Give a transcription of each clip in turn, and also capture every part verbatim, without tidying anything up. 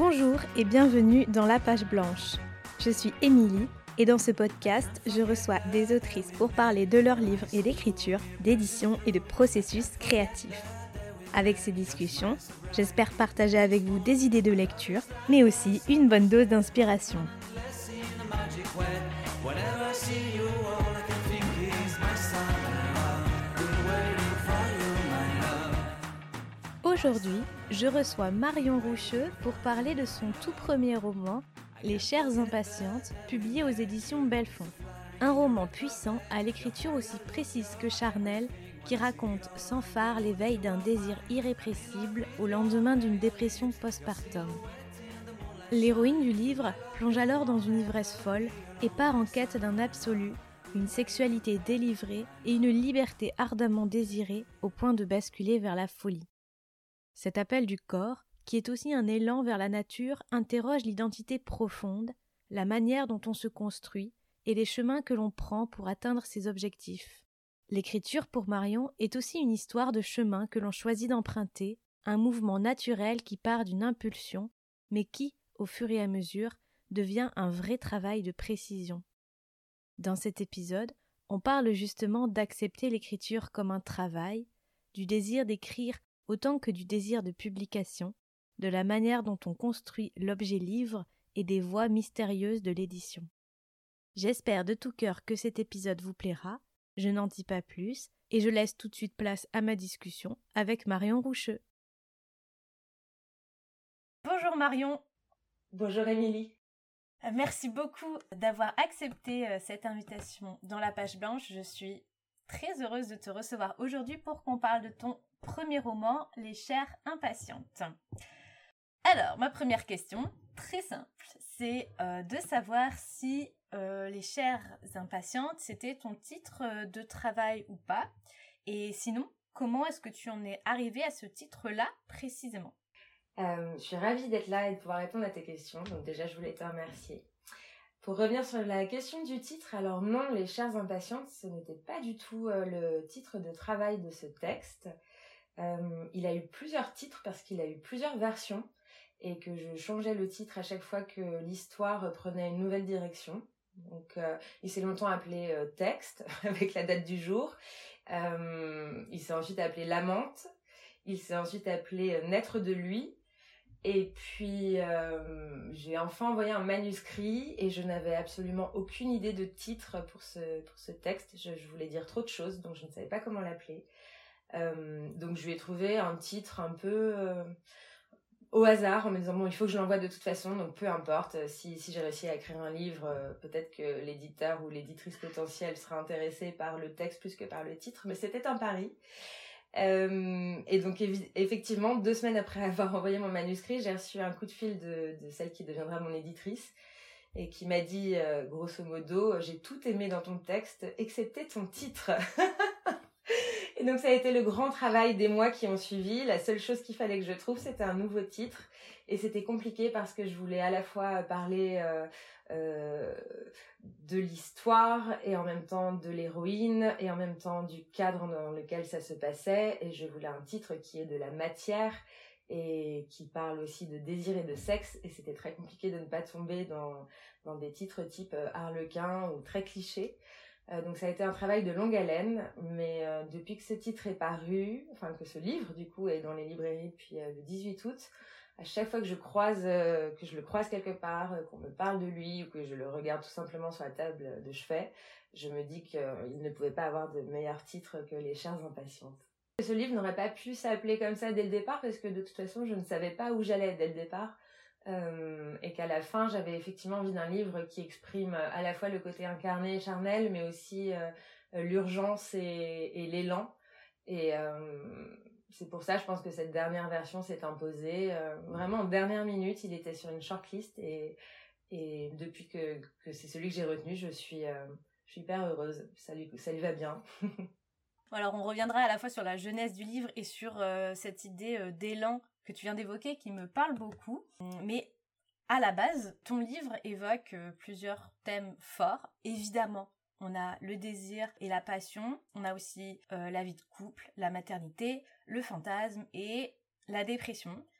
Bonjour et bienvenue dans La Page Blanche. Je suis Émilie et dans ce podcast, je reçois des autrices pour parler de leurs livres et d'écriture, d'édition et de processus créatifs. Avec ces discussions, j'espère partager avec vous des idées de lecture, mais aussi une bonne dose d'inspiration. Aujourd'hui, je reçois Marion Roucheux pour parler de son tout premier roman, Les Chères Impatientes, publié aux éditions Belfond. Un roman puissant à l'écriture aussi précise que charnelle, qui raconte sans phare l'éveil d'un désir irrépressible au lendemain d'une dépression postpartum. L'héroïne du livre plonge alors dans une ivresse folle et part en quête d'un absolu, une sexualité délivrée et une liberté ardemment désirée au point de basculer vers la folie. Cet appel du corps, qui est aussi un élan vers la nature, interroge l'identité profonde, la manière dont on se construit et les chemins que l'on prend pour atteindre ses objectifs. L'écriture pour Marion est aussi une histoire de chemin que l'on choisit d'emprunter, un mouvement naturel qui part d'une impulsion, mais qui, au fur et à mesure, devient un vrai travail de précision. Dans cet épisode, on parle justement d'accepter l'écriture comme un travail, du désir d'écrire autant que du désir de publication, de la manière dont on construit l'objet livre et des voies mystérieuses de l'édition. J'espère de tout cœur que cet épisode vous plaira, je n'en dis pas plus et je laisse tout de suite place à ma discussion avec Marion Roucheux. Bonjour Marion. Bonjour Émilie. Merci beaucoup d'avoir accepté cette invitation dans La Page Blanche. Je suis très heureuse de te recevoir aujourd'hui pour qu'on parle de ton premier roman, Les Chères Impatientes. Alors, ma première question, très simple, c'est euh, de savoir si euh, Les Chères Impatientes, c'était ton titre de travail ou pas. Et sinon, comment est-ce que tu en es arrivée à ce titre-là précisément ? Euh, je suis ravie d'être là et de pouvoir répondre à tes questions. Donc déjà, je voulais te remercier. Pour revenir sur la question du titre, alors non, Les Chères Impatientes, ce n'était pas du tout euh, le titre de travail de ce texte. Euh, il a eu plusieurs titres parce qu'il a eu plusieurs versions et que je changeais le titre à chaque fois que l'histoire prenait une nouvelle direction. Donc, euh, il s'est longtemps appelé euh, Texte avec la date du jour. Euh, il s'est ensuite appelé L'Amante. Il s'est ensuite appelé euh, Naître de lui. Et puis, euh, j'ai enfin envoyé un manuscrit et je n'avais absolument aucune idée de titre pour ce, pour ce texte. Je, je voulais dire trop de choses, donc je ne savais pas comment l'appeler. Euh, donc, je lui ai trouvé un titre un peu euh, au hasard en me disant, bon, il faut que je l'envoie de toute façon, donc peu importe. Si, si j'ai réussi à écrire un livre, euh, peut-être que l'éditeur ou l'éditrice potentielle sera intéressée par le texte plus que par le titre, mais c'était un pari. Euh, et donc évi- effectivement, deux semaines après avoir envoyé mon manuscrit, j'ai reçu un coup de fil de, de celle qui deviendra mon éditrice et qui m'a dit, euh, grosso modo, j'ai tout aimé dans ton texte, excepté ton titre. Et donc ça a été le grand travail des mois qui ont suivi. La seule chose qu'il fallait que je trouve, c'était un nouveau titre. Et c'était compliqué parce que je voulais à la fois parler euh, euh, de l'histoire et en même temps de l'héroïne et en même temps du cadre dans lequel ça se passait. Et je voulais un titre qui est de la matière et qui parle aussi de désir et de sexe. Et c'était très compliqué de ne pas tomber dans, dans des titres type euh, Harlequin ou très clichés. Euh, donc ça a été un travail de longue haleine, mais euh, depuis que ce titre est paru, enfin que ce livre du coup est dans les librairies depuis euh, le dix-huit août, à chaque fois que je croise, euh, que je le croise quelque part, euh, qu'on me parle de lui ou que je le regarde tout simplement sur la table de chevet, je me dis qu'il euh, ne pouvait pas avoir de meilleur titre que Les Chères Impatientes. Ce livre n'aurait pas pu s'appeler comme ça dès le départ parce que de toute façon je ne savais pas où j'allais dès le départ. Euh, et qu'à la fin j'avais effectivement envie d'un livre qui exprime à la fois le côté incarné et charnel mais aussi euh, l'urgence et, et l'élan et euh, c'est pour ça je pense que cette dernière version s'est imposée euh, vraiment en dernière minute. Il était sur une shortlist et, et depuis que, que c'est celui que j'ai retenu, je suis, euh, je suis hyper heureuse, ça lui, ça lui va bien. Alors on reviendra à la fois sur la jeunesse du livre et sur euh, cette idée euh, d'élan que tu viens d'évoquer qui me parle beaucoup. Mais à la base, ton livre évoque euh, plusieurs thèmes forts. Évidemment, on a le désir et la passion. On a aussi euh, la vie de couple, la maternité, le fantasme et la dépression.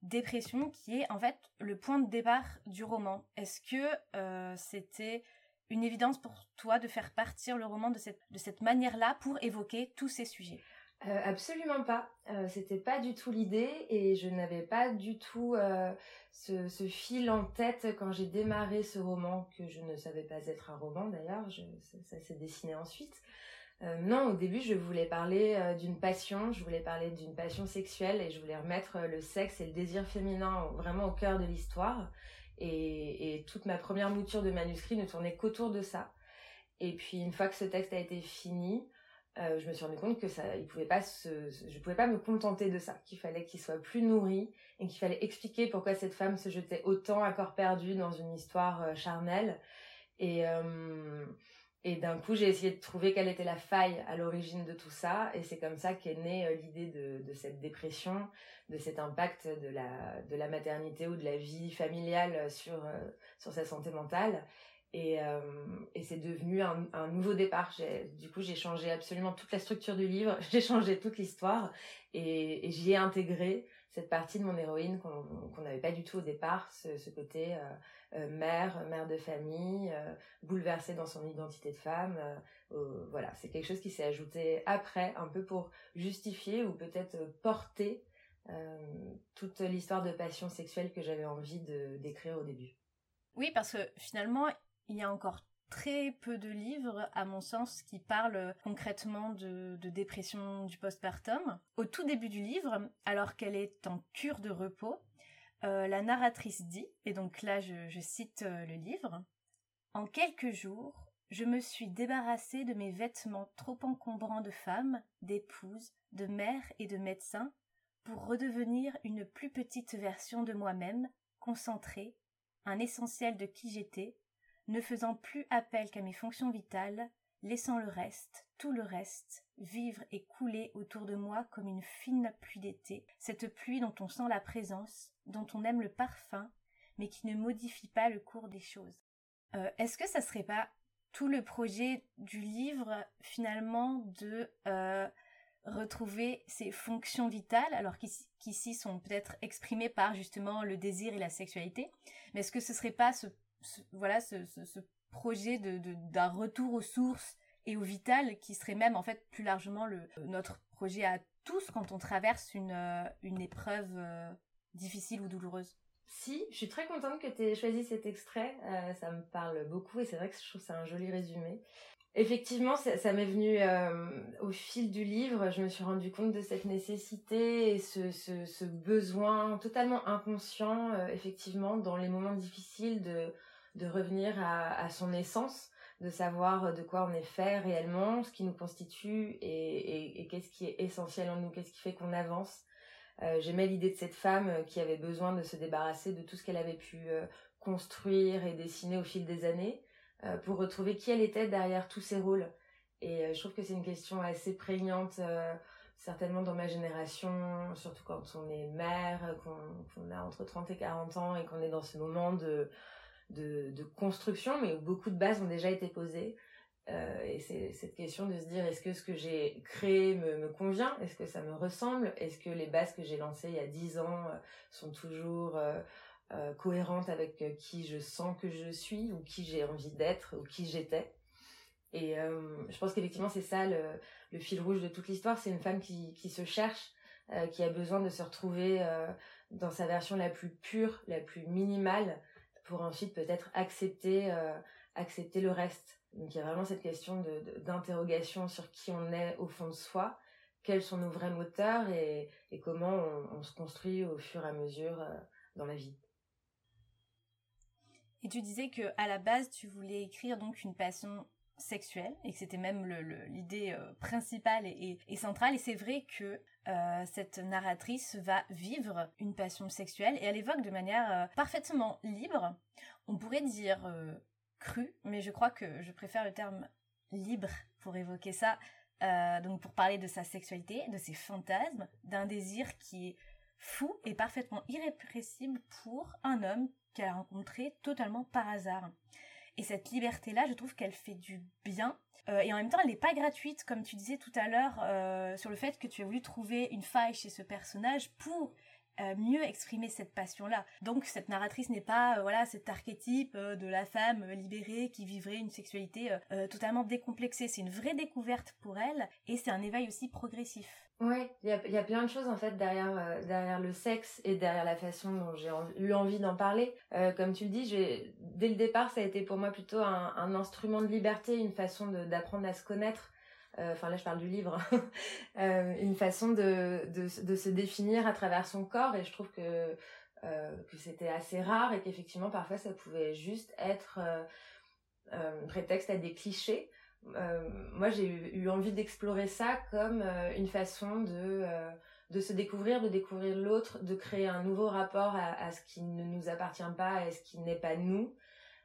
dépression qui est en fait le point de départ du roman. Est-ce que euh, c'était une évidence pour toi de faire partir le roman de cette, de cette manière-là pour évoquer tous ces sujets ? Euh, absolument pas. Euh, c'était pas du tout l'idée et je n'avais pas du tout euh, ce, ce fil en tête quand j'ai démarré ce roman, que je ne savais pas être un roman d'ailleurs, je, ça, ça s'est dessiné ensuite. Euh, non, au début je voulais parler euh, d'une passion, je voulais parler d'une passion sexuelle et je voulais remettre euh, le sexe et le désir féminin vraiment au cœur de l'histoire. Et, et toute ma première mouture de manuscrit ne tournait qu'autour de ça. Et puis une fois que ce texte a été fini, Euh, je me suis rendu compte que ça, il pouvait pas se, je pouvais pas me contenter de ça, qu'il fallait qu'il soit plus nourri et qu'il fallait expliquer pourquoi cette femme se jetait autant à corps perdu dans une histoire euh, charnelle. Et, euh, et d'un coup, j'ai essayé de trouver quelle était la faille à l'origine de tout ça. Et c'est comme ça qu'est née euh, l'idée de, de cette dépression, de cet impact de la, de la maternité ou de la vie familiale sur, euh, sur sa santé mentale. Et, euh, et c'est devenu un, un nouveau départ. J'ai, du coup, j'ai changé absolument toute la structure du livre, j'ai changé toute l'histoire et, et j'y ai intégré cette partie de mon héroïne qu'on qu'on n'avait pas du tout au départ, ce, ce côté euh, euh, mère, mère de famille, euh, bouleversée dans son identité de femme. Euh, euh, voilà, c'est quelque chose qui s'est ajouté après, un peu pour justifier ou peut-être porter euh, toute l'histoire de passion sexuelle que j'avais envie de d'écrire au début. Oui, parce que finalement, il y a encore très peu de livres, à mon sens, qui parlent concrètement de, de dépression du postpartum. Au tout début du livre, alors qu'elle est en cure de repos, euh, la narratrice dit, et donc là je, je cite euh, le livre, « En quelques jours, je me suis débarrassée de mes vêtements trop encombrants de femme, d'épouse, de mère et de médecin, pour redevenir une plus petite version de moi-même, concentrée, un essentiel de qui j'étais, ne faisant plus appel qu'à mes fonctions vitales, laissant le reste, tout le reste, vivre et couler autour de moi comme une fine pluie d'été, cette pluie dont on sent la présence, dont on aime le parfum, mais qui ne modifie pas le cours des choses. Euh, est-ce que ça serait pas tout le projet du livre, finalement, de euh, retrouver ses fonctions vitales, alors qu'ici, qu'ici sont peut-être exprimées par justement le désir et la sexualité, mais est-ce que ce serait pas ce Ce, voilà ce, ce, ce projet de, de, d'un retour aux sources et au vital qui serait même en fait plus largement le, notre projet à tous quand on traverse une, euh, une épreuve euh, difficile ou douloureuse. Si, je suis très contente que tu aies choisi cet extrait, euh, ça me parle beaucoup et c'est vrai que je trouve que c'est un joli résumé. Effectivement, ça, ça m'est venu euh, au fil du livre, je me suis rendu compte de cette nécessité et ce, ce, ce besoin totalement inconscient, euh, effectivement, dans les moments difficiles de, de revenir à, à son essence, de savoir de quoi on est fait réellement, ce qui nous constitue et, et, et qu'est-ce qui est essentiel en nous, qu'est-ce qui fait qu'on avance. Euh, j'aimais l'idée de cette femme qui avait besoin de se débarrasser de tout ce qu'elle avait pu euh, construire et dessiner au fil des années, pour retrouver qui elle était derrière tous ces rôles. Et je trouve que c'est une question assez prégnante, euh, certainement dans ma génération, surtout quand on est mère, qu'on, qu'on a entre trente et quarante ans et qu'on est dans ce moment de, de, de construction, mais où beaucoup de bases ont déjà été posées. Euh, et c'est cette question de se dire, est-ce que ce que j'ai créé me, me convient ? Est-ce que ça me ressemble ? Est-ce que les bases que j'ai lancées il y a dix ans euh, sont toujours... Euh, Euh, cohérente avec euh, qui je sens que je suis ou qui j'ai envie d'être ou qui j'étais. Et euh, je pense qu'effectivement c'est ça le, le fil rouge de toute l'histoire, c'est une femme qui, qui se cherche, euh, qui a besoin de se retrouver euh, dans sa version la plus pure, la plus minimale, pour ensuite peut-être accepter, euh, accepter le reste. Donc il y a vraiment cette question de, de, d'interrogation sur qui on est au fond de soi, quels sont nos vrais moteurs et, et comment on, on se construit au fur et à mesure euh, dans la vie. Et tu disais que à la base, tu voulais écrire donc une passion sexuelle et que c'était même le, le, l'idée euh, principale et, et, et centrale. Et c'est vrai que euh, cette narratrice va vivre une passion sexuelle et elle évoque de manière euh, parfaitement libre. On pourrait dire euh, crue, mais je crois que je préfère le terme libre pour évoquer ça. Euh, donc pour parler de sa sexualité, de ses fantasmes, d'un désir qui est fou et parfaitement irrépressible pour un homme qu'elle a rencontré totalement par hasard. Et cette liberté-là, je trouve qu'elle fait du bien. Euh, et en même temps, elle n'est pas gratuite, comme tu disais tout à l'heure, euh, sur le fait que tu as voulu trouver une faille chez ce personnage pour euh, mieux exprimer cette passion-là. Donc cette narratrice n'est pas euh, voilà cet archétype euh, de la femme euh, libérée qui vivrait une sexualité euh, euh, totalement décomplexée. C'est une vraie découverte pour elle et c'est un éveil aussi progressif. Ouais, il y a, y a plein de choses en fait derrière, euh, derrière le sexe et derrière la façon dont j'ai en, eu envie d'en parler. Euh, comme tu le dis, j'ai, dès le départ, ça a été pour moi plutôt un, un instrument de liberté, une façon de, d'apprendre à se connaître. Enfin euh, là je parle du livre, euh, une façon de, de, de se définir à travers son corps, et je trouve que, euh, que c'était assez rare et qu'effectivement parfois ça pouvait juste être euh, euh, prétexte à des clichés. Euh, moi j'ai eu, eu envie d'explorer ça comme euh, une façon de, euh, de se découvrir, de découvrir l'autre, de créer un nouveau rapport à, à ce qui ne nous appartient pas et ce qui n'est pas nous.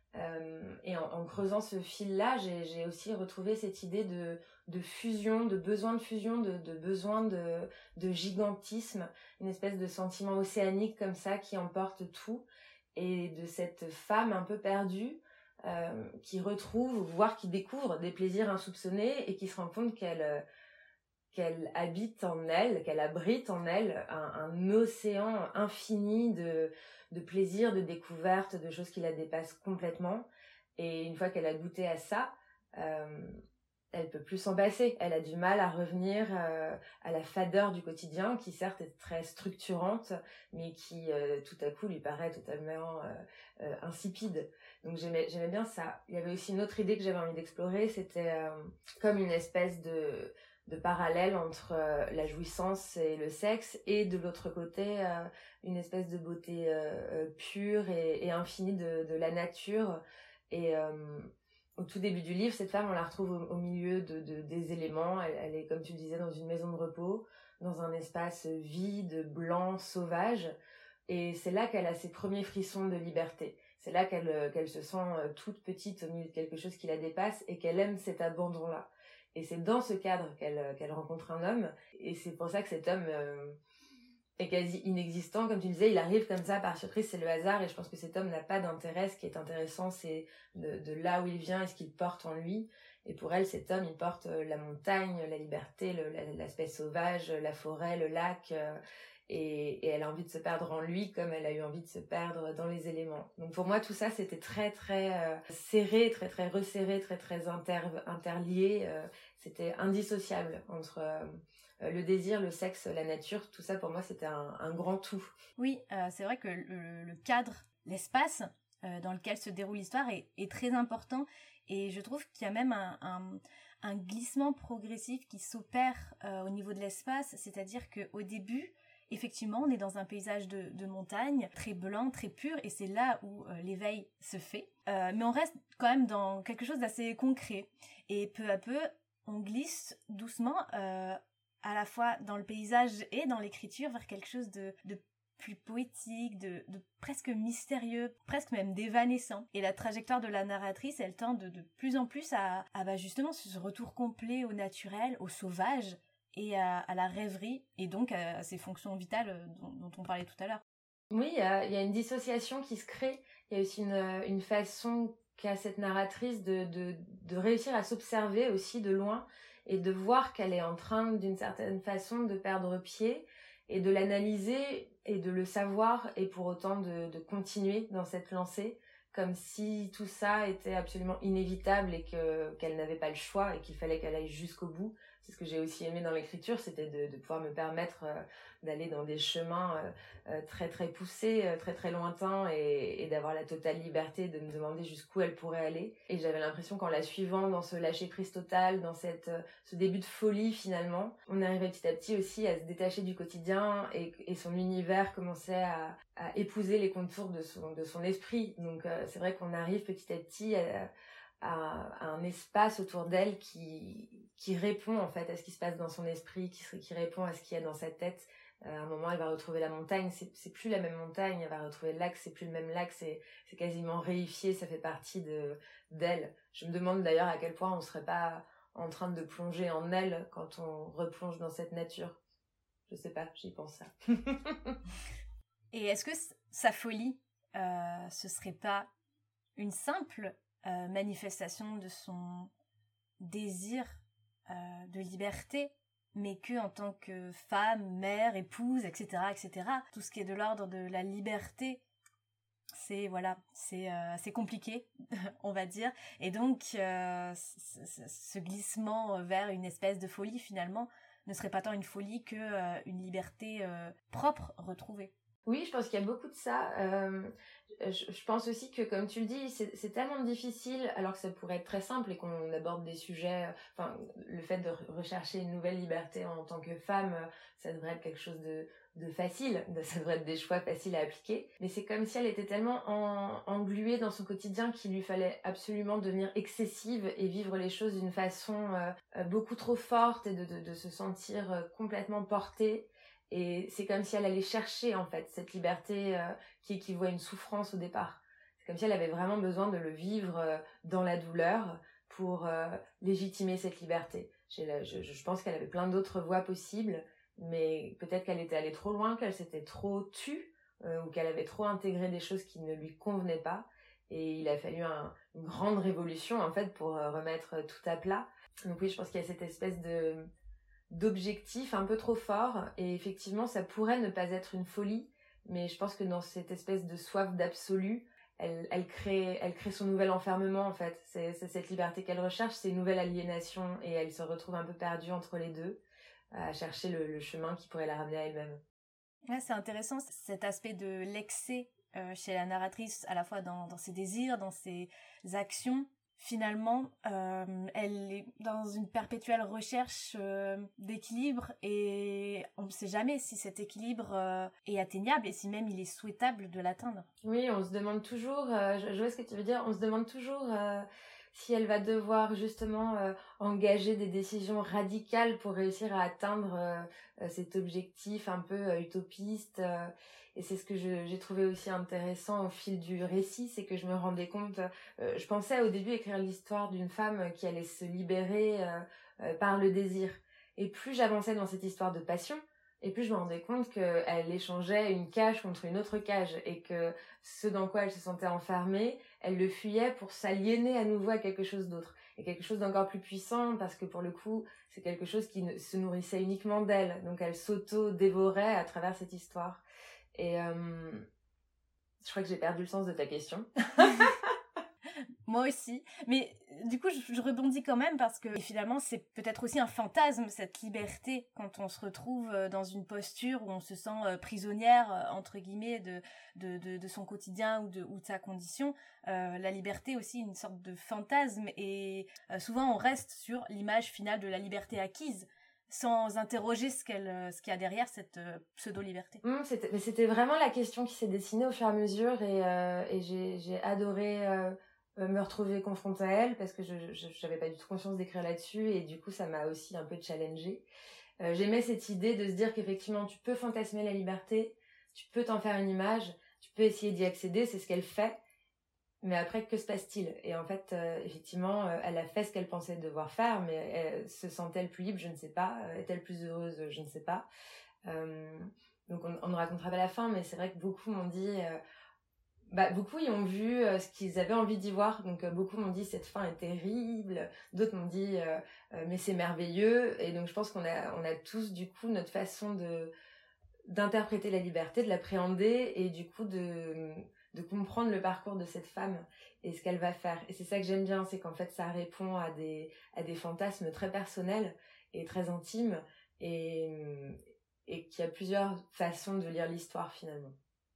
Euh, et en, en creusant ce fil-là, j'ai, j'ai aussi retrouvé cette idée de, de fusion, de besoin de fusion, de, de besoin de, de gigantisme, une espèce de sentiment océanique comme ça qui emporte tout, et de cette femme un peu perdue euh, qui retrouve, voire qui découvre des plaisirs insoupçonnés et qui se rend compte qu'elle... Euh, qu'elle habite en elle, qu'elle abrite en elle un, un océan infini de, de plaisir, de découvertes, de choses qui la dépassent complètement. Et une fois qu'elle a goûté à ça, euh, elle peut plus s'en passer. Elle a du mal à revenir euh, à la fadeur du quotidien, qui certes est très structurante, mais qui euh, tout à coup lui paraît totalement euh, euh, insipide. Donc j'aimais, j'aimais bien ça. Il y avait aussi une autre idée que j'avais envie d'explorer, c'était euh, comme une espèce de de parallèle entre euh, la jouissance et le sexe, et de l'autre côté euh, une espèce de beauté euh, euh, pure et, et infinie de, de la nature. Et euh, au tout début du livre, cette femme, on la retrouve au, au milieu de, de des éléments. Elle, elle est, comme tu le disais, dans une maison de repos, dans un espace vide, blanc, sauvage, et c'est là qu'elle a ses premiers frissons de liberté. C'est là qu'elle qu'elle se sent toute petite au milieu de quelque chose qui la dépasse, et qu'elle aime cet abandon-là. Et c'est dans ce cadre qu'elle qu'elle rencontre un homme, et c'est pour ça que cet homme euh, est quasi inexistant. Comme tu disais, il arrive comme ça par surprise, c'est le hasard, et je pense que cet homme n'a pas d'intérêt. Ce qui est intéressant, c'est de, de là où il vient et ce qu'il porte en lui. Et pour elle, cet homme, il porte la montagne, la liberté, le, l'aspect sauvage, la forêt, le lac, euh, et, et elle a envie de se perdre en lui comme elle a eu envie de se perdre dans les éléments. Donc pour moi, tout ça, c'était très très euh, serré, très très resserré, très très inter, interlié. Euh, c'était indissociable entre euh, le désir, le sexe, la nature. Tout ça, pour moi, c'était un, un grand tout. Oui, euh, c'est vrai que le, le cadre, l'espace euh, dans lequel se déroule l'histoire est, est très important, et je trouve qu'il y a même un, un, un glissement progressif qui s'opère euh, au niveau de l'espace, c'est-à-dire qu'au début, effectivement, on est dans un paysage de, de montagne, très blanc, très pur, et c'est là où euh, l'éveil se fait. Euh, mais on reste quand même dans quelque chose d'assez concret. Et peu à peu, on glisse doucement, euh, à la fois dans le paysage et dans l'écriture, vers quelque chose de, de plus poétique, de, de presque mystérieux, presque même d'évanescent. Et la trajectoire de la narratrice, elle tend de, de plus en plus à, à bah justement ce retour complet au naturel, au sauvage, et à, à la rêverie, et donc à, à ces fonctions vitales dont, dont on parlait tout à l'heure. Oui, il y a, il y a une dissociation qui se crée. Il y a aussi une, une façon qu'a cette narratrice de, de, de réussir à s'observer aussi de loin, et de voir qu'elle est en train, d'une certaine façon, de perdre pied, et de l'analyser et de le savoir, et pour autant de, de continuer dans cette lancée, comme si tout ça était absolument inévitable et que qu'elle n'avait pas le choix et qu'il fallait qu'elle aille jusqu'au bout. C'est ce que j'ai aussi aimé dans l'écriture, c'était de, de pouvoir me permettre euh, d'aller dans des chemins euh, euh, très très poussés, euh, très très lointains, et, et d'avoir la totale liberté de me demander jusqu'où elle pourrait aller. Et j'avais l'impression qu'en la suivant dans ce lâcher prise total, dans cette euh, ce début de folie finalement, on arrivait petit à petit aussi à se détacher du quotidien, et, et son univers commençait à, à épouser les contours de son de son esprit. Donc euh, c'est vrai qu'on arrive petit à petit à, à, à un espace autour d'elle qui qui répond en fait à ce qui se passe dans son esprit, qui qui répond à ce qu'il y a dans sa tête. Euh, à un moment, elle va retrouver la montagne, c'est c'est plus la même montagne. Elle va retrouver le lac, c'est plus le même lac, c'est c'est quasiment réifié, ça fait partie de d'elle. Je me demande d'ailleurs à quel point on serait pas en train de plonger en elle quand on replonge dans cette nature. Je sais pas, j'y pense ça. Et est-ce que c- sa folie, euh, ce serait pas une simple euh, manifestation de son désir euh, de liberté, mais que en tant que femme, mère, épouse, et cetera, et cetera. Tout ce qui est de l'ordre de la liberté, c'est voilà, c'est euh, c'est compliqué, on va dire. Et donc, euh, ce, ce, ce glissement vers une espèce de folie, finalement, ne serait pas tant une folie que euh, une liberté euh, propre retrouvée. Oui, je pense qu'il y a beaucoup de ça. Euh, je, je pense aussi que, comme tu le dis, c'est, c'est tellement difficile, alors que ça pourrait être très simple et qu'on aborde des sujets... Enfin, le fait de rechercher une nouvelle liberté en tant que femme, ça devrait être quelque chose de, de facile. Ça devrait être des choix faciles à appliquer. Mais c'est comme si elle était tellement en, engluée dans son quotidien qu'il lui fallait absolument devenir excessive et vivre les choses d'une façon euh, beaucoup trop forte et de, de, de se sentir complètement portée. Et c'est comme si elle allait chercher, en fait, cette liberté euh, qui équivaut à une souffrance au départ. C'est comme si elle avait vraiment besoin de le vivre euh, dans la douleur pour euh, légitimer cette liberté. J'ai la, je, je pense qu'elle avait plein d'autres voies possibles, mais peut-être qu'elle était allée trop loin, qu'elle s'était trop tue, euh, ou qu'elle avait trop intégré des choses qui ne lui convenaient pas. Et il a fallu un, une grande révolution, en fait, pour euh, remettre tout à plat. Donc oui, je pense qu'il y a cette espèce de... d'objectifs un peu trop forts, et effectivement ça pourrait ne pas être une folie, mais je pense que dans cette espèce de soif d'absolu, elle, elle, crée, elle crée son nouvel enfermement en fait. C'est, c'est cette liberté qu'elle recherche, c'est une nouvelle aliénation, et elle se retrouve un peu perdue entre les deux, à chercher le, le chemin qui pourrait la ramener à elle-même. Ouais, c'est intéressant cet aspect de l'excès euh, chez la narratrice, à la fois dans, dans ses désirs, dans ses actions. Finalement, euh, elle est dans une perpétuelle recherche euh, d'équilibre, et on ne sait jamais si cet équilibre euh, est atteignable et si même il est souhaitable de l'atteindre. Oui, on se demande toujours, euh, je, je vois ce que tu veux dire, on se demande toujours euh, si elle va devoir justement euh, engager des décisions radicales pour réussir à atteindre euh, cet objectif un peu euh, utopiste. Euh, et c'est ce que je, j'ai trouvé aussi intéressant au fil du récit, c'est que je me rendais compte, euh, je pensais au début écrire l'histoire d'une femme qui allait se libérer euh, euh, par le désir. Et plus j'avançais dans cette histoire de passion, et plus je me rendais compte qu'elle échangeait une cage contre une autre cage, et que ce dans quoi elle se sentait enfermée, elle le fuyait pour s'aliéner à nouveau à quelque chose d'autre. Et quelque chose d'encore plus puissant, parce que pour le coup, c'est quelque chose qui ne, se nourrissait uniquement d'elle. Donc elle s'auto-dévorait à travers cette histoire. Et euh, je crois que j'ai perdu le sens de ta question. Moi aussi, mais du coup je, je rebondis quand même, parce que finalement c'est peut-être aussi un fantasme, cette liberté, quand on se retrouve dans une posture où on se sent prisonnière entre guillemets de de de, de son quotidien ou de ou de sa condition. Euh, la liberté aussi une sorte de fantasme, et euh, souvent on reste sur l'image finale de la liberté acquise, sans interroger ce qu'elle ce qu'il y a derrière cette euh, pseudo-liberté. Mmh, c'était, mais c'était vraiment la question qui s'est dessinée au fur et à mesure, et, euh, et j'ai, j'ai adoré euh, me retrouver confrontée à elle, parce que je, je j'avais pas du tout conscience d'écrire là-dessus, et du coup ça m'a aussi un peu challengée. Euh, j'aimais cette idée de se dire qu'effectivement tu peux fantasmer la liberté, tu peux t'en faire une image, tu peux essayer d'y accéder, c'est ce qu'elle fait, mais après que se passe-t-il? Et en fait euh, effectivement euh, elle a fait ce qu'elle pensait devoir faire, mais elle, se sent-elle plus libre? Je ne sais pas. Est-elle plus heureuse? Je ne sais pas. Euh, donc on, on ne racontera pas la fin, mais c'est vrai que beaucoup m'ont dit euh, bah beaucoup y ont vu euh, ce qu'ils avaient envie d'y voir. Donc euh, beaucoup m'ont dit cette fin est terrible, d'autres m'ont dit euh, euh, mais c'est merveilleux. Et donc je pense qu'on a on a tous du coup notre façon de d'interpréter la liberté, de l'appréhender, et du coup de de comprendre le parcours de cette femme et ce qu'elle va faire. Et c'est ça que j'aime bien, c'est qu'en fait ça répond à des à des fantasmes très personnels et très intimes, et et qu'il y a plusieurs façons de lire l'histoire finalement.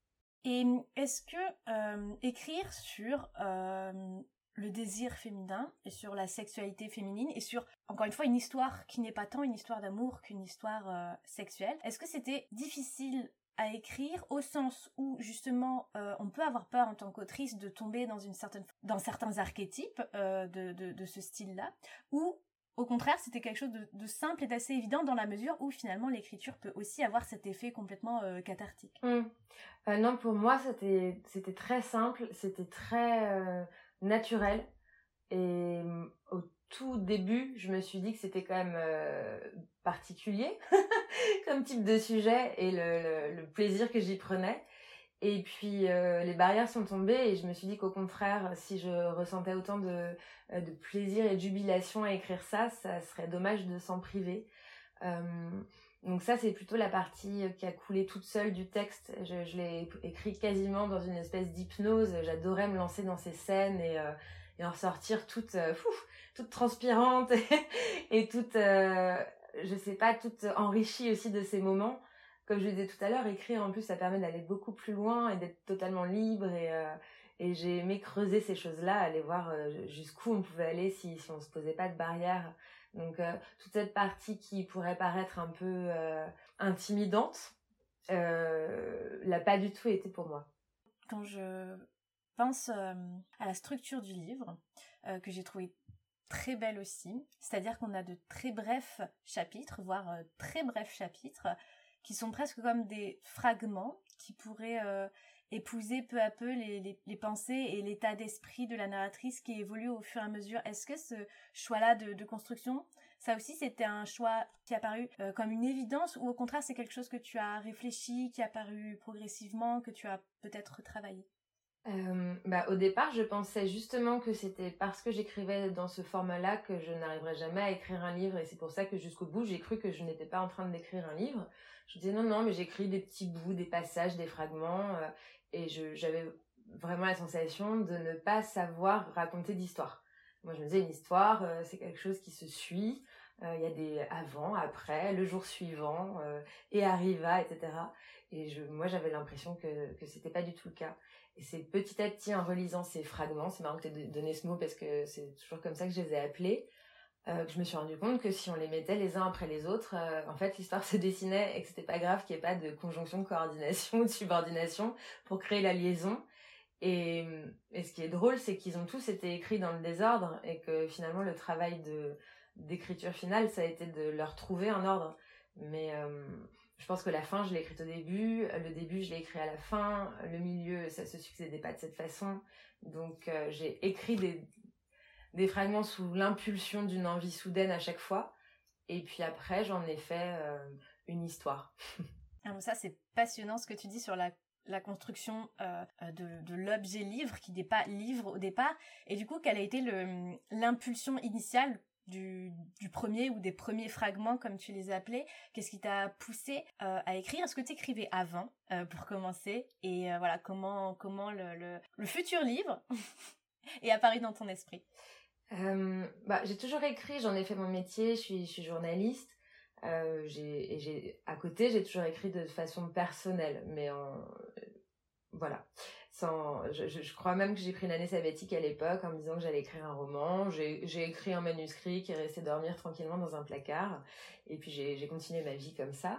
Et est-ce que euh, écrire sur euh, le désir féminin et sur la sexualité féminine et sur, encore une fois, une histoire qui n'est pas tant une histoire d'amour qu'une histoire euh, sexuelle, est-ce que c'était difficile à écrire, au sens où justement euh, on peut avoir peur en tant qu'autrice de tomber dans une certaine dans certains archétypes euh, de, de, de ce style-là, ou au contraire, c'était quelque chose de, de simple et d'assez évident, dans la mesure où finalement l'écriture peut aussi avoir cet effet complètement euh, cathartique. Mmh. Euh, non, pour moi, c'était, c'était très simple, c'était très euh, naturel. Et au tout début, je me suis dit que c'était quand même euh, particulier comme type de sujet, et le, le, le plaisir que j'y prenais. Et puis euh, les barrières sont tombées, et je me suis dit qu'au contraire, si je ressentais autant de, de plaisir et de jubilation à écrire ça, ça serait dommage de s'en priver. Euh, donc ça, c'est plutôt la partie qui a coulé toute seule du texte. Je, je l'ai écrit quasiment dans une espèce d'hypnose. J'adorais me lancer dans ces scènes et, euh, et en ressortir toute, euh, fou, toute transpirante et, et toute, euh, je sais pas, toute enrichie aussi de ces moments. Comme je le disais tout à l'heure, écrire en plus, ça permet d'aller beaucoup plus loin et d'être totalement libre. Et, euh, et j'ai aimé creuser ces choses-là, aller voir euh, jusqu'où on pouvait aller si, si on se posait pas de barrières. Donc euh, toute cette partie qui pourrait paraître un peu euh, intimidante, euh, l'a pas du tout été pour moi. Quand je pense euh, à la structure du livre, euh, que j'ai trouvé très belle aussi, c'est-à-dire qu'on a de très brefs chapitres, voire euh, très brefs chapitres, qui sont presque comme des fragments qui pourraient euh, épouser peu à peu les, les, les pensées et l'état d'esprit de la narratrice qui évolue au fur et à mesure. Est-ce que ce choix-là de, de construction, ça aussi c'était un choix qui a paru euh, comme une évidence, ou au contraire c'est quelque chose que tu as réfléchi, qui a paru progressivement, que tu as peut-être travaillé? Euh, bah, au départ, je pensais justement que c'était parce que j'écrivais dans ce format-là que je n'arriverais jamais à écrire un livre, et c'est pour ça que jusqu'au bout, j'ai cru que je n'étais pas en train d'écrire un livre. Je disais non, non, mais j'écris des petits bouts, des passages, des fragments, euh, et je, j'avais vraiment la sensation de ne pas savoir raconter d'histoire. Moi, je me disais, une histoire, euh, c'est quelque chose qui se suit, il euh, y a des avant, après, le jour suivant, euh, et arriva, et cetera. Et je, moi, j'avais l'impression que, que c'était pas du tout le cas. Et c'est petit à petit, en relisant ces fragments, c'est marrant que tu aies donné ce mot parce que c'est toujours comme ça que je les ai appelés, euh, que je me suis rendu compte que si on les mettait les uns après les autres, euh, en fait, l'histoire se dessinait et que c'était pas grave qu'il n'y ait pas de conjonction, de coordination ou de subordination pour créer la liaison. Et, et ce qui est drôle, c'est qu'ils ont tous été écrits dans le désordre et que finalement, le travail de, d'écriture finale, ça a été de leur trouver un ordre. Mais... Euh, je pense que la fin, je l'ai écrite au début, le début, je l'ai écrit à la fin, le milieu, ça se succédait pas de cette façon. Donc, euh, j'ai écrit des, des fragments sous l'impulsion d'une envie soudaine à chaque fois. Et puis après, j'en ai fait euh, une histoire. Alors ça, c'est passionnant ce que tu dis sur la, la construction euh, de, de l'objet livre, qui n'est pas livre au départ. Et du coup, quelle a été le, l'impulsion initiale Du, du premier ou des premiers fragments comme tu les appelais? Qu'est-ce qui t'a poussé euh, à écrire? Est-ce que tu écrivais avant euh, pour commencer? Et euh, voilà, comment, comment le, le, le futur livre est apparu dans ton esprit? euh, bah, J'ai toujours écrit, j'en ai fait mon métier, je suis, je suis journaliste. Euh, j'ai, et j'ai, à côté, j'ai toujours écrit de façon personnelle, mais en... Voilà. Sans, je, je, je crois même que j'ai pris une année sabbatique à l'époque en me disant que j'allais écrire un roman. J'ai, j'ai écrit un manuscrit qui est resté dormir tranquillement dans un placard. Et puis j'ai, j'ai continué ma vie comme ça.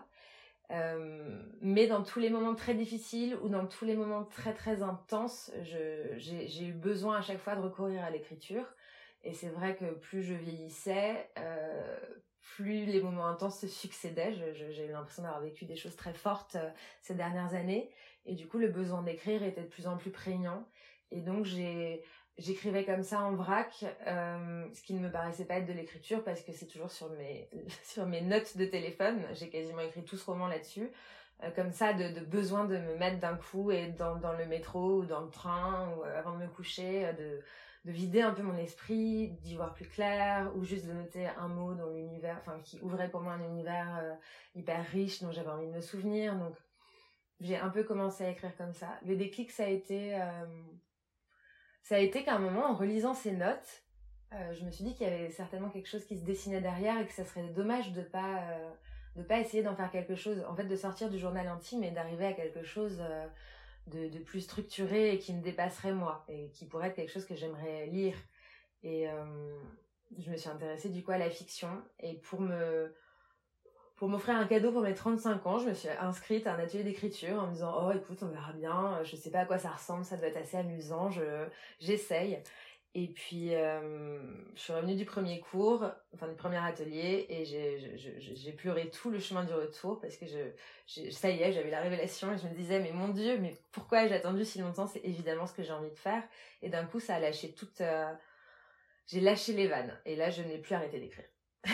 Euh, mais dans tous les moments très difficiles ou dans tous les moments très très intenses, je, j'ai, j'ai eu besoin à chaque fois de recourir à l'écriture. Et c'est vrai que plus je vieillissais, euh, plus les moments intenses se succédaient. Je, je, j'ai eu l'impression d'avoir vécu des choses très fortes euh, ces dernières années. Et du coup, le besoin d'écrire était de plus en plus prégnant. Et donc, j'ai, j'écrivais comme ça en vrac, euh, ce qui ne me paraissait pas être de l'écriture parce que c'est toujours sur mes, sur mes notes de téléphone. J'ai quasiment écrit tout ce roman là-dessus. Euh, comme ça, de, de besoin de me mettre d'un coup et dans, dans le métro ou dans le train ou avant de me coucher, de, de vider un peu mon esprit, d'y voir plus clair, ou juste de noter un mot dans l'univers, enfin, qui ouvrait pour moi un univers euh, hyper riche dont j'avais envie de me souvenir. Donc, j'ai un peu commencé à écrire comme ça. Le déclic, ça a été, euh, ça a été qu'à un moment, en relisant ces notes, euh, je me suis dit qu'il y avait certainement quelque chose qui se dessinait derrière et que ça serait dommage de pas, euh, de pas essayer d'en faire quelque chose. En fait, de sortir du journal intime et d'arriver à quelque chose euh, de, de plus structuré et qui me dépasserait moi et qui pourrait être quelque chose que j'aimerais lire. Et euh, je me suis intéressée du coup à la fiction et pour me Pour m'offrir un cadeau pour mes trente-cinq ans, je me suis inscrite à un atelier d'écriture en me disant « Oh, écoute, on verra bien, je sais pas à quoi ça ressemble, ça doit être assez amusant, je, j'essaye. » Et puis, euh, je suis revenue du premier cours, enfin du premier atelier, et j'ai, j'ai, j'ai pleuré tout le chemin du retour parce que je, je, ça y est, j'avais la révélation et je me disais « Mais mon Dieu, mais pourquoi j'ai attendu si longtemps? C'est évidemment ce que j'ai envie de faire. » Et d'un coup, ça a lâché toute... Euh... J'ai lâché les vannes, et là, je n'ai plus arrêté d'écrire.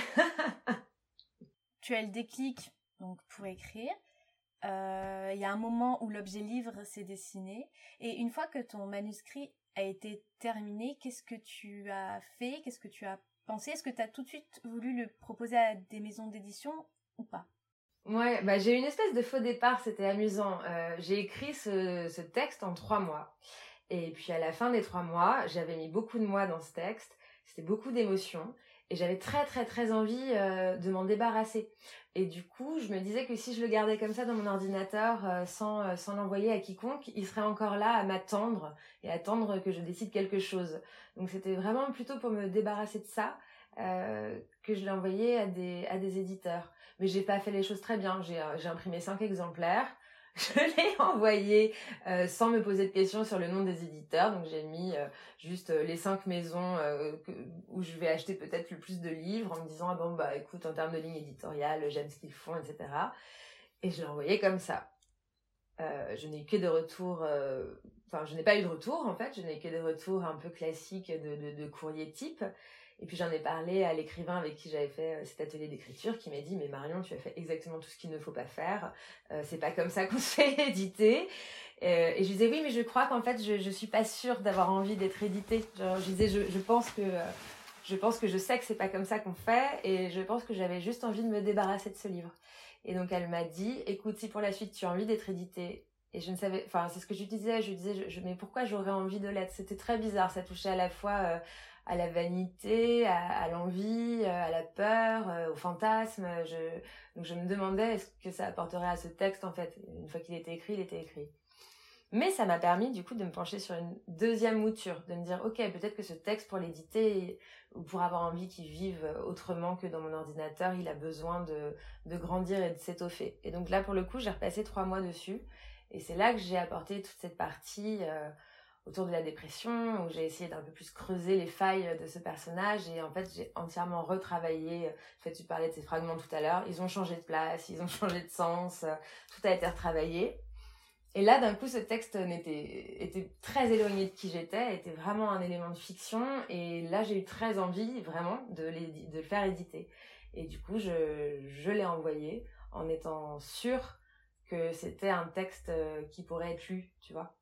Tu as le déclic donc pour écrire. Il euh, y a un moment où l'objet livre s'est dessiné. Et une fois que ton manuscrit a été terminé, qu'est-ce que tu as fait? Qu'est-ce que tu as pensé? Est-ce que tu as tout de suite voulu le proposer à des maisons d'édition? ou pas? Ouais, bah j'ai eu une espèce de faux départ, c'était amusant. Euh, j'ai écrit ce, ce texte en trois mois. Et puis à la fin des trois mois, j'avais mis beaucoup de moi dans ce texte, c'était beaucoup d'émotions. Et j'avais très très très envie euh, de m'en débarrasser. Et du coup, je me disais que si je le gardais comme ça dans mon ordinateur, euh, sans, euh, sans l'envoyer à quiconque, il serait encore là à m'attendre et attendre que je décide quelque chose. Donc c'était vraiment plutôt pour me débarrasser de ça euh, que je l'ai envoyé à des, à des éditeurs. Mais j'ai pas fait les choses très bien. J'ai, euh, j'ai imprimé cinq exemplaires. Je l'ai envoyé euh, sans me poser de questions sur le nom des éditeurs. Donc j'ai mis euh, juste euh, les cinq maisons euh, que, où je vais acheter peut-être le plus de livres en me disant ah bon bah écoute en termes de ligne éditoriale j'aime ce qu'ils font, et cetera. Et je l'ai envoyé comme ça. Euh, je n'ai eu que des retours, euh, enfin je n'ai pas eu de retour en fait, je n'ai eu que des retours un peu classiques de, de, de courrier type. Et puis j'en ai parlé à l'écrivain avec qui j'avais fait cet atelier d'écriture qui m'a dit mais Marion tu as fait exactement tout ce qu'il ne faut pas faire, euh, c'est pas comme ça qu'on se fait éditer. Euh, et je disais oui mais je crois qu'en fait je, je suis pas sûre d'avoir envie d'être éditée. Genre, je disais je, je pense que euh, je pense que je sais que c'est pas comme ça qu'on fait et je pense que j'avais juste envie de me débarrasser de ce livre. Et donc elle m'a dit écoute si pour la suite tu as envie d'être éditée. Et je ne savais, enfin c'est ce que je disais, je disais je, je, mais pourquoi j'aurais envie de l'être? C'était très bizarre, ça touchait à la fois euh, à la vanité, à, à l'envie, à la peur, au fantasme. Je, donc je me demandais est-ce que ça apporterait à ce texte en fait. Une fois qu'il était écrit, il était écrit. Mais ça m'a permis du coup de me pencher sur une deuxième mouture, de me dire ok peut-être que ce texte pour l'éditer ou pour avoir envie qu'il vive autrement que dans mon ordinateur, il a besoin de, de grandir et de s'étoffer. Et donc là pour le coup j'ai repassé trois mois dessus et c'est là que j'ai apporté toute cette partie euh, autour de la dépression, où j'ai essayé d'un peu plus creuser les failles de ce personnage et en fait j'ai entièrement retravaillé. En fait tu parlais de ces fragments tout à l'heure, ils ont changé de place, ils ont changé de sens, tout a été retravaillé. Et là d'un coup ce texte n'était, était très éloigné de qui j'étais, était vraiment un élément de fiction et là j'ai eu très envie vraiment de, de le faire éditer. Et du coup je, je l'ai envoyé en étant sûre que c'était un texte qui pourrait être lu, tu vois.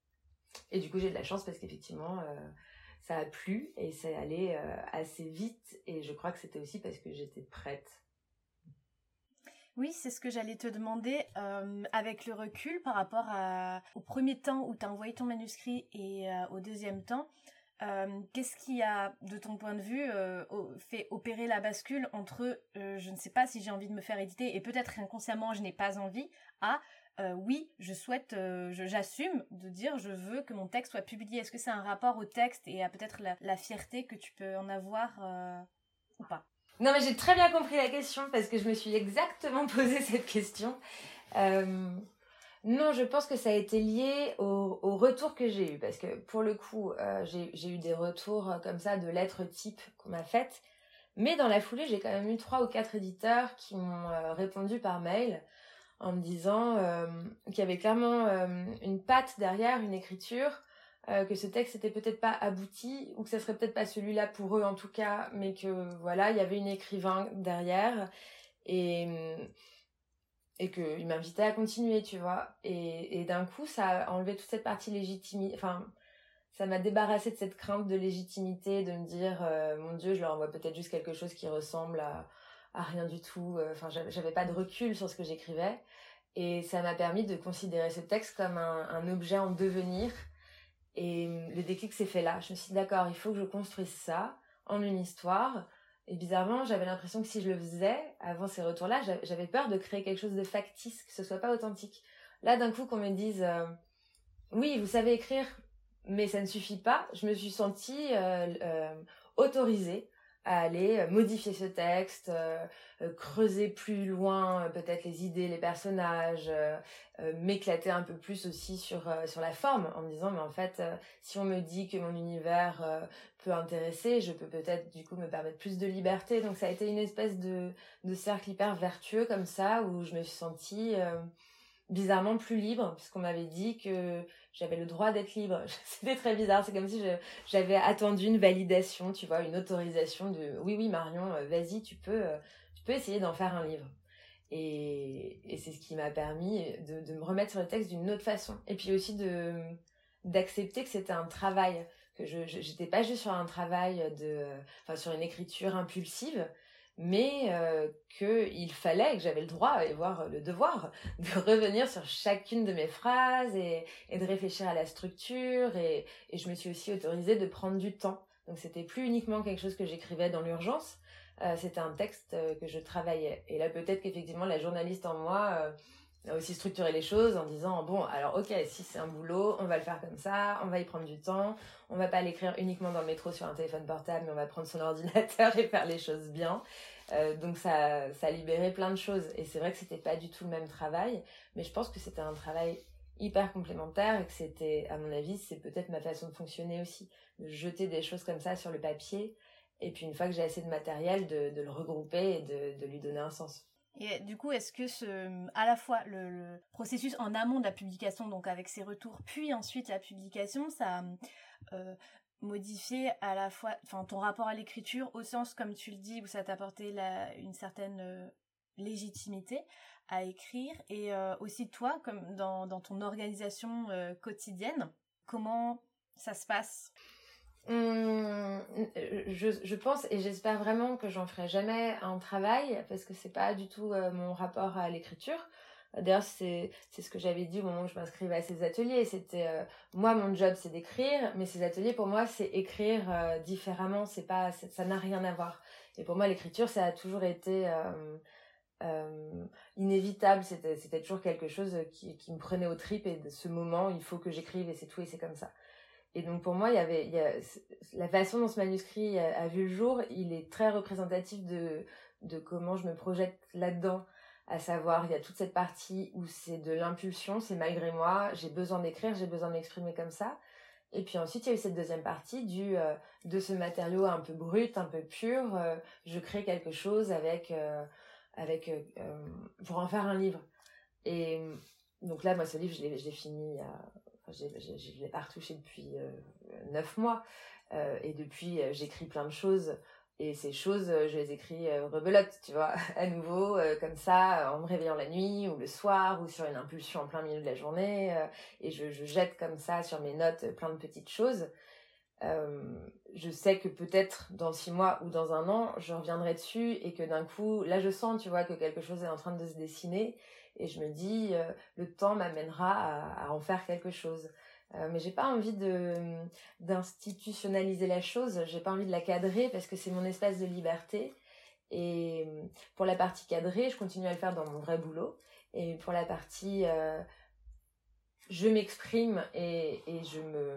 Et du coup, j'ai de la chance parce qu'effectivement, euh, ça a plu et c'est allé euh, assez vite. Et je crois que c'était aussi parce que j'étais prête. Oui, c'est ce que j'allais te demander euh, avec le recul par rapport à, au premier temps où tu as envoyé ton manuscrit et euh, au deuxième temps. Euh, qu'est-ce qui a, de ton point de vue, euh, fait opérer la bascule entre euh, je ne sais pas si j'ai envie de me faire éditer et peut-être inconsciemment je n'ai pas envie à Euh, oui, je souhaite, euh, je, j'assume de dire je veux que mon texte soit publié. Est-ce que c'est un rapport au texte et à peut-être la, la fierté que tu peux en avoir euh, ou pas? Non, mais j'ai très bien compris la question parce que je me suis exactement posé cette question. Euh, non, je pense que ça a été lié au, au retour que j'ai eu parce que pour le coup, euh, j'ai, j'ai eu des retours comme ça de lettres type qu'on m'a faites. Mais dans la foulée, j'ai quand même eu trois ou quatre éditeurs qui m'ont euh, répondu par mail en me disant euh, qu'il y avait clairement euh, une patte derrière, une écriture, euh, que ce texte n'était peut-être pas abouti, ou que ce serait peut-être pas celui-là pour eux en tout cas, mais que voilà, il y avait une écrivain derrière, et, et qu'il m'invitait à continuer, tu vois. Et, et d'un coup, ça a enlevé toute cette partie légitimité, enfin, ça m'a débarrassée de cette crainte de légitimité, de me dire, euh, mon Dieu, je leur envoie peut-être juste quelque chose qui ressemble à à rien du tout, enfin j'avais, j'avais pas de recul sur ce que j'écrivais et ça m'a permis de considérer ce texte comme un, un objet en devenir et le déclic s'est fait là. Je me suis dit d'accord, il faut que je construise ça en une histoire et bizarrement j'avais l'impression que si je le faisais avant ces retours là j'avais peur de créer quelque chose de factice, que ce soit pas authentique. Là d'un coup qu'on me dise euh, oui vous savez écrire mais ça ne suffit pas, je me suis sentie euh, euh, autorisée à aller modifier ce texte, euh, euh, creuser plus loin euh, peut-être les idées, les personnages, euh, euh, m'éclater un peu plus aussi sur, euh, sur la forme en me disant mais en fait euh, si on me dit que mon univers euh, peut intéresser, je peux peut-être du coup me permettre plus de liberté. Donc ça a été une espèce de, de cercle hyper vertueux comme ça où je me suis sentie euh, bizarrement plus libre puisqu'on m'avait dit que j'avais le droit d'être libre. C'était très bizarre, c'est comme si je, j'avais attendu une validation, tu vois, une autorisation de oui oui Marion, vas-y, tu peux euh, tu peux essayer d'en faire un livre. Et, et c'est ce qui m'a permis de, de me remettre sur le texte d'une autre façon et puis aussi de d'accepter que c'était un travail, que je, je j'étais pas juste sur un travail de enfin sur une écriture impulsive, mais euh, qu'il fallait, que j'avais le droit, et voire le devoir, de revenir sur chacune de mes phrases et, et de réfléchir à la structure. Et, et je me suis aussi autorisée de prendre du temps. Donc c'était plus uniquement quelque chose que j'écrivais dans l'urgence, euh, c'était un texte euh, que je travaillais. Et là peut-être qu'effectivement la journaliste en moi euh, a aussi structuré les choses en disant bon alors ok, si c'est un boulot, on va le faire comme ça, on va y prendre du temps, on va pas l'écrire uniquement dans le métro sur un téléphone portable, mais on va prendre son ordinateur et faire les choses bien. Euh, donc ça, ça a libéré plein de choses. Et c'est vrai que c'était pas du tout le même travail, mais je pense que c'était un travail hyper complémentaire et que c'était, à mon avis, c'est peut-être ma façon de fonctionner aussi, de jeter des choses comme ça sur le papier, et puis une fois que j'ai assez de matériel, de, de le regrouper et de, de lui donner un sens. Et du coup, est-ce que ce, à la fois le, le processus en amont de la publication, donc avec ses retours, puis ensuite la publication, ça a euh, modifié à la fois, enfin, ton rapport à l'écriture, au sens, comme tu le dis, où ça t'a apporté la, une certaine euh, légitimité à écrire, et euh, aussi toi, comme dans, dans ton organisation euh, quotidienne, comment ça se passe ? Hum, je, je pense et j'espère vraiment que j'en ferai jamais un travail parce que c'est pas du tout euh, mon rapport à l'écriture. D'ailleurs, c'est, c'est ce que j'avais dit au moment où je m'inscrivais à ces ateliers. C'était, euh, moi, mon job, c'est d'écrire, mais ces ateliers, pour moi, c'est écrire euh, différemment. C'est pas, c'est, ça n'a rien à voir. Et pour moi, l'écriture, ça a toujours été euh, euh, inévitable. C'était, c'était toujours quelque chose qui, qui me prenait aux tripes. Et de ce moment, il faut que j'écrive et c'est tout et c'est comme ça. Et donc pour moi, il y avait, il y a, la façon dont ce manuscrit a, a vu le jour, il est très représentatif de, de comment je me projette là-dedans. À savoir, il y a toute cette partie où c'est de l'impulsion, c'est malgré moi, j'ai besoin d'écrire, j'ai besoin de m'exprimer comme ça. Et puis ensuite, il y a eu cette deuxième partie du, euh, de ce matériau un peu brut, un peu pur. Euh, je crée quelque chose avec, euh, avec, euh, pour en faire un livre. Et donc là, moi, ce livre, je l'ai, je l'ai fini il y a... Je ne l'ai pas retouché depuis euh, neuf mois. Euh, et depuis, euh, j'écris plein de choses. Et ces choses, euh, je les écris euh, rebelote, tu vois, à nouveau, euh, comme ça, en me réveillant la nuit, ou le soir, ou sur une impulsion en plein milieu de la journée. Euh, et je, je jette comme ça sur mes notes plein de petites choses. Euh, je sais que peut-être dans six mois ou dans un an, je reviendrai dessus et que d'un coup, là, je sens, tu vois, que quelque chose est en train de se dessiner. Et je me dis, euh, le temps m'amènera à, à en faire quelque chose. Euh, mais j'ai pas envie de d'institutionnaliser la chose. J'ai pas envie de la cadrer parce que c'est mon espace de liberté. Et pour la partie cadrée, je continue à le faire dans mon vrai boulot. Et pour la partie, euh, je m'exprime et, et je me...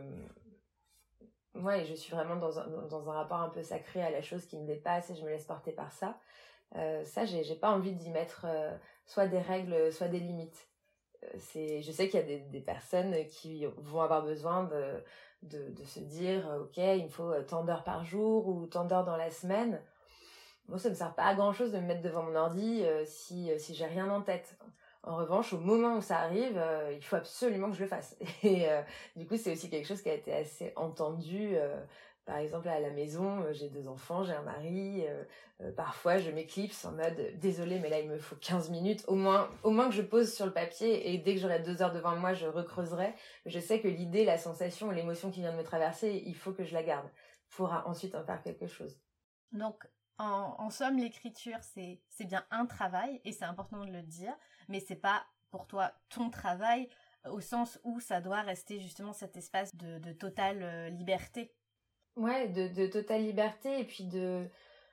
Ouais, je suis vraiment dans un, dans un rapport un peu sacré à la chose qui me dépasse et je me laisse porter par ça. Euh, ça, j'ai, j'ai pas envie d'y mettre euh, soit des règles, soit des limites. Euh, c'est, je sais qu'il y a des, des personnes qui vont avoir besoin de, de, de se dire, ok, il me faut tant d'heures par jour ou tant d'heures dans la semaine. Moi, ça me sert pas à grand chose de me mettre devant mon ordi euh, si, si j'ai rien en tête. En revanche, au moment où ça arrive, euh, il faut absolument que je le fasse. Et euh, du coup, c'est aussi quelque chose qui a été assez entendu. Euh, par exemple, à la maison, euh, j'ai deux enfants, j'ai un mari. Euh, euh, parfois, je m'éclipse en mode « Désolée, mais là, il me faut quinze minutes. Au moins, au moins que je pose sur le papier et dès que j'aurai deux heures devant moi, je recreuserai. Je sais que l'idée, la sensation, l'émotion qui vient de me traverser, il faut que je la garde pour ensuite en faire quelque chose. » Donc, En, en somme, l'écriture, c'est, c'est bien un travail, et c'est important de le dire, mais c'est pas pour toi ton travail, au sens où ça doit rester justement cet espace de, de totale euh, liberté. Ouais, de, de totale liberté, et puis de...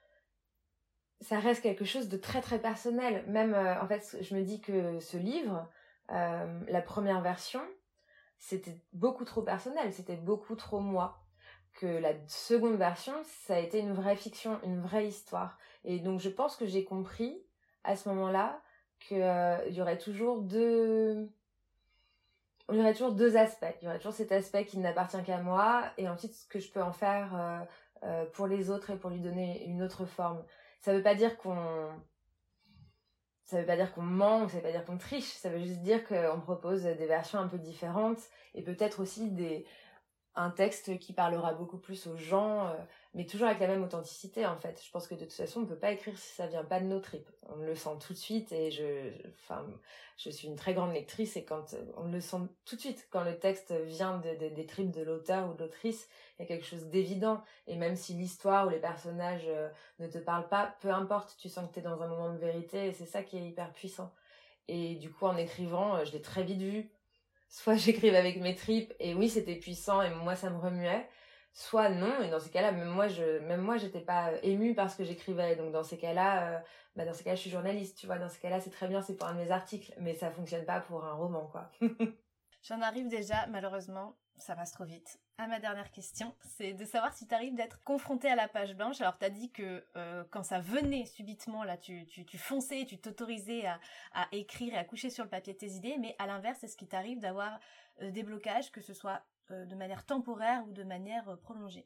Ça reste quelque chose de très très personnel. Même, euh, en fait, je me dis que ce livre, euh, la première version, c'était beaucoup trop personnel, c'était beaucoup trop moi. Que la seconde version, ça a été une vraie fiction, une vraie histoire. Et donc, je pense que j'ai compris, à ce moment-là, qu'il euh, y aurait toujours deux... Il y aurait toujours deux aspects. Il y aurait toujours cet aspect qui n'appartient qu'à moi, et ensuite, ce que je peux en faire euh, euh, pour les autres et pour lui donner une autre forme. Ça veut pas dire qu'on... Ça veut pas dire qu'on ment, ça veut pas dire qu'on triche, ça veut juste dire qu'on propose des versions un peu différentes, et peut-être aussi des... un texte qui parlera beaucoup plus aux gens. mais toujours avec la même authenticité en fait. Je pense que de toute façon on peut pas écrire si ça vient pas de nos tripes. On le sent tout de suite et je, enfin, je, je suis une très grande lectrice et quand on le sent tout de suite, quand le texte vient de, de, des tripes de l'auteur ou de l'autrice, il y a quelque chose d'évident. Et même si l'histoire ou les personnages euh, ne te parlent pas, peu importe, tu sens que t'es dans un moment de vérité et c'est ça qui est hyper puissant. Et du coup en écrivant, euh, je l'ai très vite vu. Soit j'écrivais avec mes tripes et oui c'était puissant et moi ça me remuait. Soit non, et dans ces cas-là, même moi, je, même moi, j'étais pas émue par ce que j'écrivais. Donc dans ces cas-là, euh, bah dans ces cas-là, je suis journaliste, tu vois. Dans ces cas-là, c'est très bien, c'est pour un de mes articles, mais ça fonctionne pas pour un roman, quoi. J'en arrive déjà, malheureusement, ça passe trop vite. À ma dernière question, c'est de savoir si tu arrives d'être confrontée à la page blanche. Alors, tu as dit que euh, quand ça venait subitement, là, tu, tu, tu fonçais, tu t'autorisais à, à écrire et à coucher sur le papier tes idées, mais à l'inverse, est-ce qu'il t'arrive d'avoir euh, des blocages, que ce soit euh, de manière temporaire ou de manière euh, prolongée?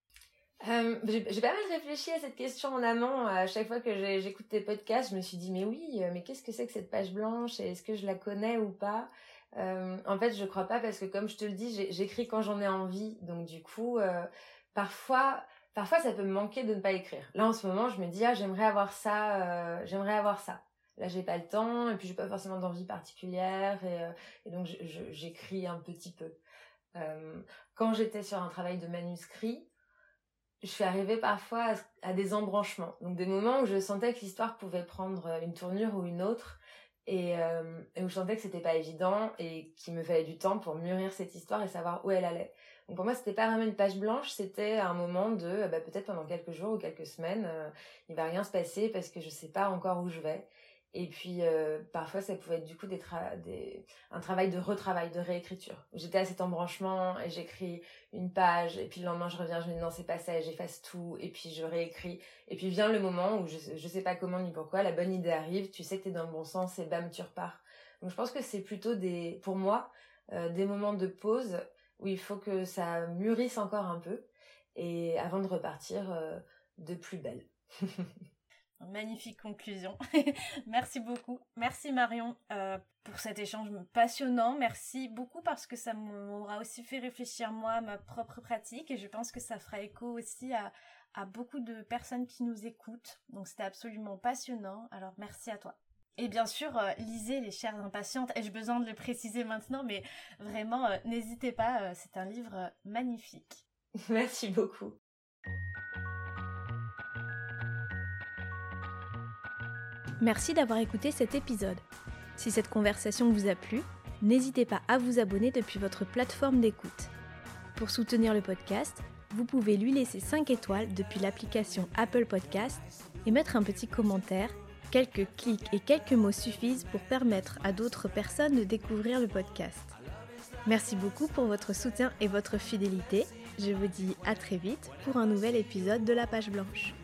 Euh, j'ai, j'ai pas mal réfléchi à cette question en amont. À chaque fois que j'ai, j'écoute tes podcasts, je me suis dit, mais oui, mais qu'est-ce que c'est que cette page blanche et est-ce que je la connais ou pas? Euh, en fait, je crois pas parce que comme je te le dis, j'ai, j'écris quand j'en ai envie. Donc du coup, euh, parfois, parfois ça peut me manquer de ne pas écrire. Là, en ce moment, je me dis, ah, j'aimerais avoir ça, euh, j'aimerais avoir ça. Là, j'ai pas le temps et puis j'ai pas forcément d'envie particulière et, euh, et donc je, je, j'écris un petit peu. Euh, quand j'étais sur un travail de manuscrit, je suis arrivée parfois à, à des embranchements. Donc des moments où je sentais que l'histoire pouvait prendre une tournure ou une autre et, euh, et où je sentais que c'était pas évident et qu'il me fallait du temps pour mûrir cette histoire et savoir où elle allait. Donc pour moi, c'était pas vraiment une page blanche, c'était un moment de bah, peut-être pendant quelques jours ou quelques semaines, euh, il va rien se passer parce que je sais pas encore où je vais. Et puis euh, parfois ça pouvait être du coup des tra- des... un travail de retravail, de réécriture. J'étais à cet embranchement et j'écris une page et puis le lendemain je reviens, je me dis non c'est pas ça, j'efface tout et puis je réécris. Et puis vient le moment où je, je sais pas comment ni pourquoi, la bonne idée arrive, tu sais que t'es dans le bon sens et bam tu repars. Donc je pense que c'est plutôt des, pour moi, euh, des moments de pause où il faut que ça mûrisse encore un peu et avant de repartir euh, de plus belle. Magnifique conclusion. Merci beaucoup. Merci Marion euh, pour cet échange passionnant. Merci beaucoup parce que ça m'aura aussi fait réfléchir moi à ma propre pratique et je pense que ça fera écho aussi à, à beaucoup de personnes qui nous écoutent. Donc c'était absolument passionnant. Alors merci à toi. Et bien sûr, euh, lisez Les Chères Impatientes. Ai-je besoin de le préciser maintenant? Mais vraiment, euh, n'hésitez pas. Euh, c'est un livre euh, magnifique. Merci beaucoup. Merci d'avoir écouté cet épisode. Si cette conversation vous a plu, n'hésitez pas à vous abonner depuis votre plateforme d'écoute. Pour soutenir le podcast, vous pouvez lui laisser cinq étoiles depuis l'application Apple Podcast et mettre un petit commentaire. Quelques clics et quelques mots suffisent pour permettre à d'autres personnes de découvrir le podcast. Merci beaucoup pour votre soutien et votre fidélité. Je vous dis à très vite pour un nouvel épisode de La Page Blanche.